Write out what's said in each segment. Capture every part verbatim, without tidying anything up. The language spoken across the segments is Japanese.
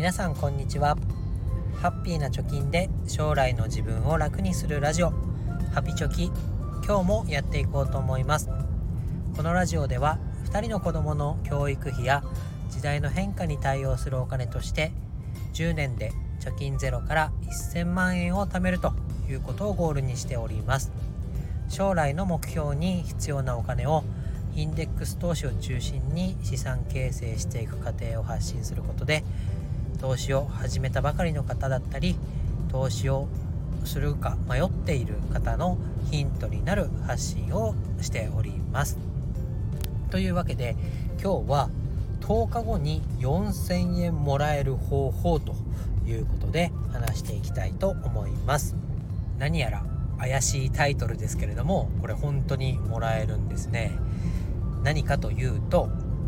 皆さんこんにちは。ハッピーな貯金で将来の自分を楽にするラジオ、ハピチョキ、今日もやっていこうと思います。このラジオではふたりの子どもの教育費や時代の変化に対応するお金としてじゅうねんで貯金ゼロからせんまんえんを貯めるということをゴールにしております。将来の目標に必要なお金をインデックス投資を中心に資産形成していく過程を発信することで、投資を始めたばかりの方だったり、投資をするか迷っている方のヒントになる発信をしております。というわけで今日はとおかごによんせんえんもらえる方法ということで話していきたいと思います。何やら怪しいタイトルですけれども、これ本当にもらえるんですね。何かというと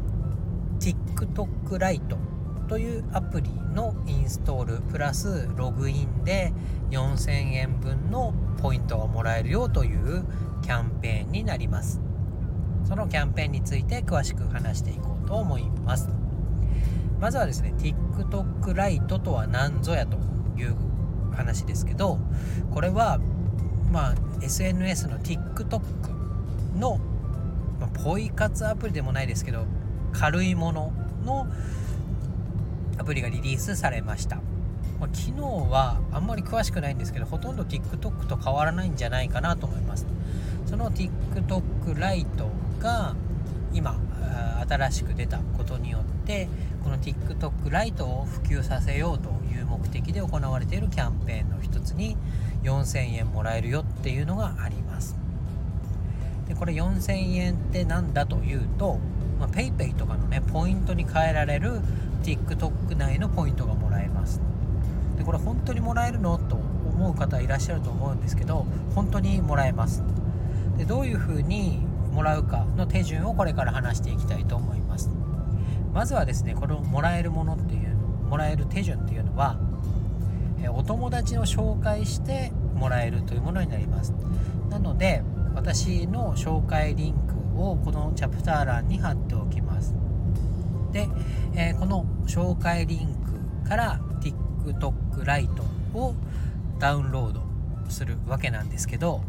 TikTok ライトというアプリのインストールプラスログインでよんせんえんぶんのポイントがもらえるよというキャンペーンになります。そのキャンペーンについて詳しく話していこうと思います。まずはですね、 TikTok ライトとは何ぞやという話ですけど、これはまあ エスエヌエス の TikTok の、まあ、ポイ活アプリでもないですけど軽いもののアプリがリリースされました。まあ、昨日はあんまり詳しくないんですけど、ほとんど TikTok と変わらないんじゃないかなと思います。その TikTok ライトが今新しく出たことによって、この TikTok ライトを普及させようという目的で行われているキャンペーンの一つによんせんえんもらえるよっていうのがあります。でこれよんせんえんってなんだというと、まあ、PayPay とかのねポイントに変えられる TikTok 内のポイントがもらえます。でこれ本当にもらえるのと思う方いらっしゃると思うんですけど、本当にもらえます。でどういうふうにもらうかの手順をこれから話していきたいと思います。まずはですね、このもらえるものっていうのもらえる手順っていうのは、えお友達の紹介してもらえるというものになります。なので私の紹介リンクをこのチャプター欄に貼っておきます。で、えー、この紹介リンクから TikTok ライトをダウンロードするわけなんですけど、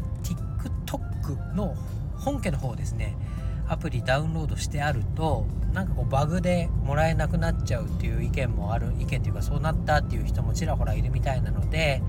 TikTok の本家の方ですね、アプリダウンロードしてあるとなんかこうバグでもらえなくなっちゃうっていう意見もある意見というか、そうなったっていう人もちらほらいるみたいなので、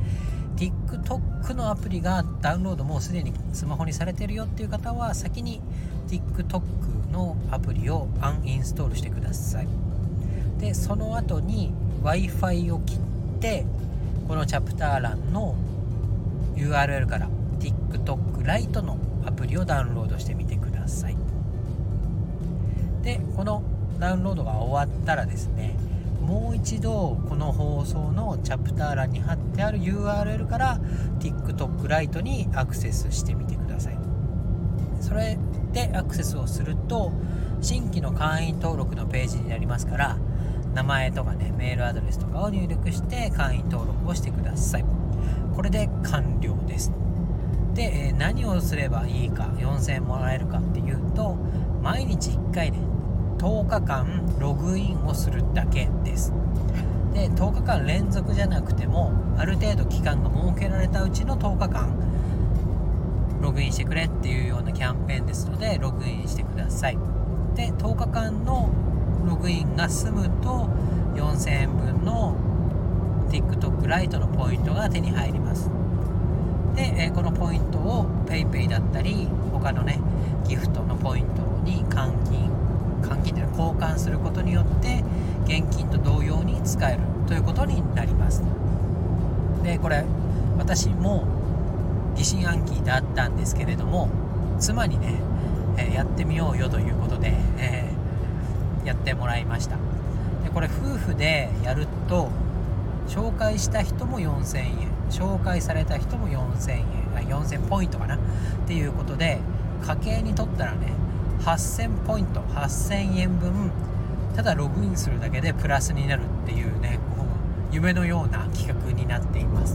TikTok のアプリがダウンロードもうすでにスマホにされてるよっていう方は先に TikTok のアプリをアンインストールしてください。でその後に Wi-Fi を切ってこのチャプター欄の ユーアールエル から TikTok ライトのアプリをダウンロードしてみてください。でこのダウンロードが終わったらですね、もう一度この放送のチャプター欄に貼ってある ユーアールエル から TikTok ライトにアクセスしてみてください。それでアクセスをすると新規の会員登録のページになりますから、名前とかねメールアドレスとかを入力して会員登録をしてください。これで完了です。で、えー、何をすればいいか、よんせんえんもらえるかっていうと、毎日いっかいねとおかかんログインをするだけです。でとおかかん連続じゃなくてもある程度期間が設けられたうちのとおかかんログインしてくれっていうようなキャンペーンですので、ログインしてください。でとおかかんのログインが済むとよんせんえんぶんの TikTok ライトのポイントが手に入ります。で、えー、このポイントを PayPay だったり他のねギフトのポイントに換金換金で交換することによって現金と同様に使えるということになります。でこれ私も疑心暗鬼だったんですけれども、妻にね、えー、やってみようよということで、えー、やってもらいました。でこれ夫婦でやると紹介した人もよんせんえん、紹介された人もよんせんえん、よんせんポイントかなっていうことで、家計にとったらねはっせんポイントはっせんえんぶんただログインするだけでプラスになるっていうね、こう夢のような企画になっています。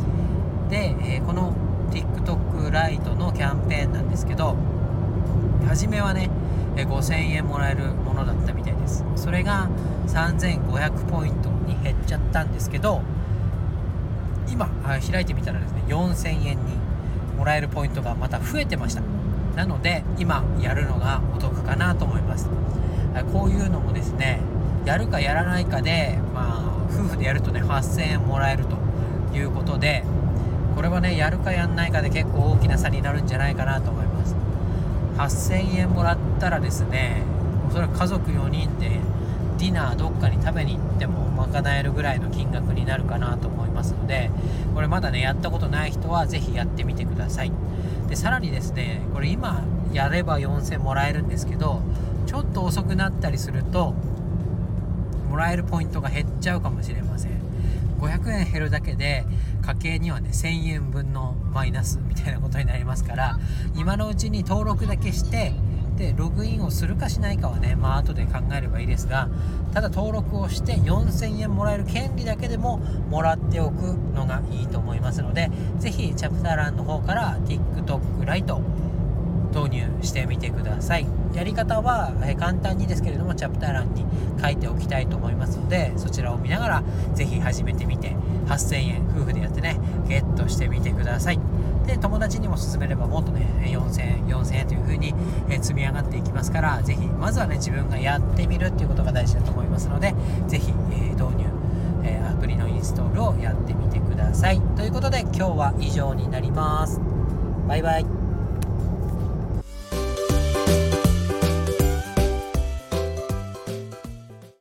で、えー、この TikTok ライトのキャンペーンなんですけど、や初めはねごせんえんもらえるものだったみたいです。それがさんぜんごひゃくポイントに減っちゃったんですけど、今開いてみたらですねよんせんえんにもらえるポイントがまた増えてました。なので今やるのがお得かなと思います。こういうのもですねやるかやらないかで、まあ、夫婦でやるとねはっせんえんもらえるということで、これはねやるかやんないかで結構大きな差になるんじゃないかなと思います。はっせんえんもらったらですね、おそらく家族よにんでディナーどっかに食べに行っても賄えるぐらいの金額になるかなと思いますので、これまだねやったことない人はぜひやってみてください。でさらにですね、これ今やればよんせんもらえるんですけど、ちょっと遅くなったりするともらえるポイントが減っちゃうかもしれません。ごひゃくえん減るだけで家計にはねせんえんぶんのマイナスみたいなことになりますから、今のうちに登録だけしてでログインをするかしないかはねまあ後で考えればいいですが、ただ登録をしてよんせんえんもらえる権利だけでももらっておくのがいいと思いますので、ぜひチャプター欄の方から TikTok ライト導入してみてください。やり方は、えー、簡単にですけれどもチャプター欄に書いておきたいと思いますので、そちらを見ながらぜひ始めてみてはっせんえん夫婦でやってねゲットしてみてください。で友達にも勧めればもっとねよんせんえんよんせんえんという風に、えー、積み上がっていきますから、ぜひまずはね自分がやってみるっていうことが大事だと思いますので、ぜひ、えー、導入、えー、アプリのインストールをやってみてください。ということで今日は以上になります。バイバイ。